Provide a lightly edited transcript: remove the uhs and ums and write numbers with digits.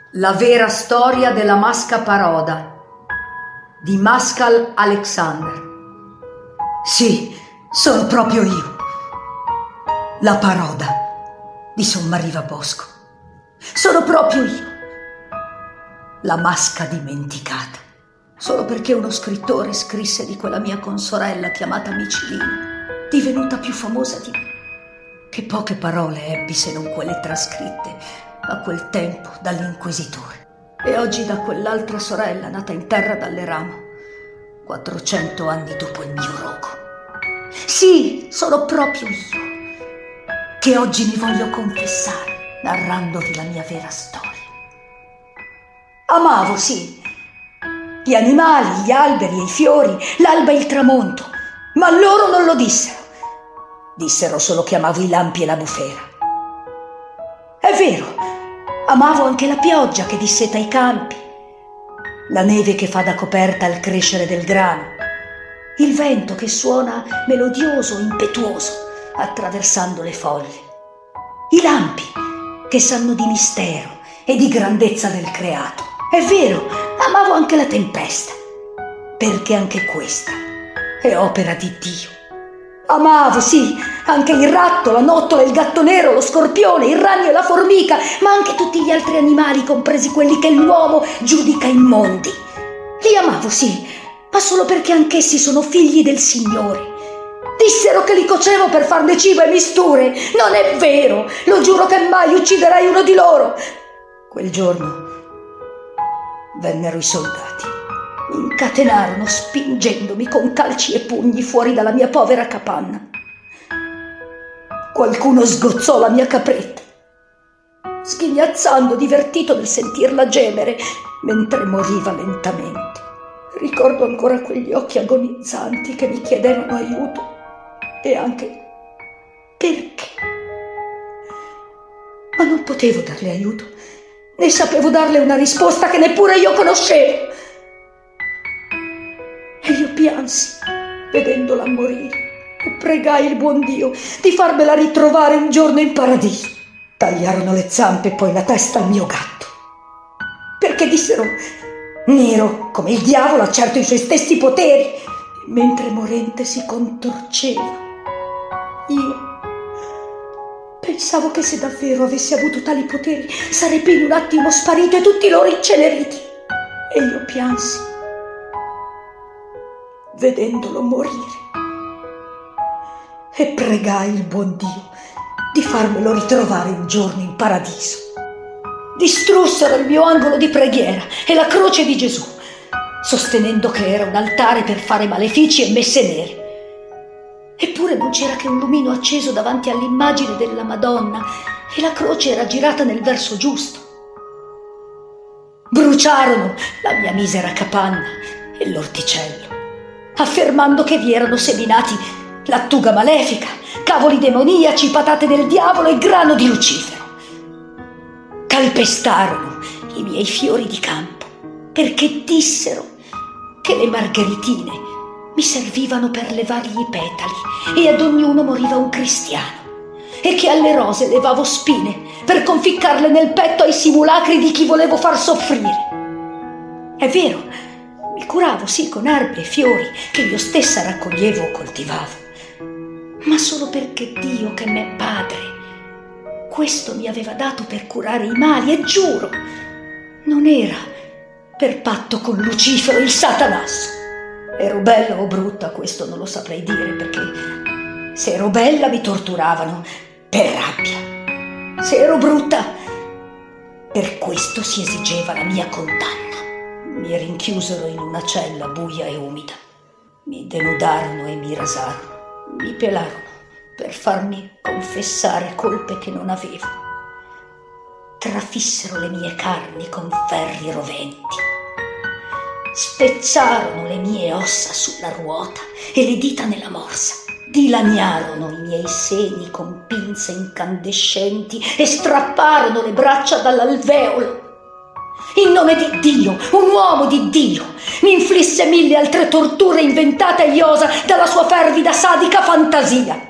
La vera storia della Masca Paroda di Maskal Alexander. Sì, sono proprio io, la paroda di Sommariva Bosco. Sono proprio io, la masca dimenticata, solo perché uno scrittore scrisse di quella mia consorella chiamata Micilina, divenuta più famosa di me. Che poche parole ebbi se non quelle trascritte a quel tempo dall'inquisitore, e oggi da quell'altra sorella nata in terra dall'Eramo 400 anni dopo il mio rogo. Sì, sono proprio io che oggi mi voglio confessare narrandovi la mia vera storia. Amavo, sì, gli animali, gli alberi e i fiori, l'alba e il tramonto, ma loro non lo dissero. Dissero solo che amavo i lampi e la bufera. È vero, amavo anche la pioggia che disseta i campi, la neve che fa da coperta al crescere del grano, il vento che suona melodioso, impetuoso, attraversando le foglie, i lampi che sanno di mistero e di grandezza del creato. È vero, amavo anche la tempesta, perché anche questa è opera di Dio. Amavo, sì, anche il ratto, la nottola, il gatto nero, lo scorpione, il ragno e la formica, ma anche tutti gli altri animali, compresi quelli che l'uomo giudica immondi. Li amavo, sì, ma solo perché anch'essi sono figli del Signore. Dissero che li cocevo per farne cibo e misture. Non è vero, lo giuro che mai ucciderei uno di loro. Quel giorno vennero i soldati. Mi incatenarono spingendomi con calci e pugni fuori dalla mia povera capanna. Qualcuno sgozzò la mia capretta, sghignazzando, divertito nel sentirla gemere mentre moriva lentamente. Ricordo ancora quegli occhi agonizzanti che mi chiedevano aiuto e anche perché. Ma non potevo darle aiuto, né sapevo darle una risposta che neppure io conoscevo. E io piansi vedendola morire e pregai il buon Dio di farmela ritrovare un giorno in paradiso. Tagliarono le zampe e poi la testa al mio gatto, perché dissero: nero come il diavolo ha certo i suoi stessi poteri. E mentre morente si contorceva, io pensavo che se davvero avessi avuto tali poteri sarebbe in un attimo sparito e tutti loro inceneriti. E io piansi vedendolo morire e pregai il buon Dio di farmelo ritrovare un giorno in paradiso. Distrussero il mio angolo di preghiera e la croce di Gesù, sostenendo che era un altare per fare malefici e messe nere. Eppure non c'era che un lumino acceso davanti all'immagine della Madonna e la croce era girata nel verso giusto. Bruciarono la mia misera capanna e l'orticello, affermando che vi erano seminati lattuga malefica, cavoli demoniaci, patate del diavolo e grano di Lucifero. Calpestarono i miei fiori di campo, perché dissero che le margheritine mi servivano per levargli i petali e ad ognuno moriva un cristiano, e che alle rose levavo spine per conficcarle nel petto ai simulacri di chi volevo far soffrire. È vero, mi curavo, sì, con erbe e fiori che io stessa raccoglievo o coltivavo, ma solo perché Dio, che m'è padre, questo mi aveva dato per curare i mali, e giuro, non era per patto con Lucifero, il Satanasso. Ero bella o brutta, questo non lo saprei dire, perché se ero bella mi torturavano per rabbia. Se ero brutta, per questo si esigeva la mia condanna. Mi rinchiusero in una cella buia e umida, mi denudarono e mi rasarono, mi pelarono per farmi confessare colpe che non avevo. Trafissero le mie carni con ferri roventi, spezzarono le mie ossa sulla ruota e le dita nella morsa, dilaniarono i miei seni con pinze incandescenti e strapparono le braccia dall'alveolo. In nome di Dio, un uomo di Dio, mi inflisse 1000 altre torture inventate a iosa dalla sua fervida sadica fantasia.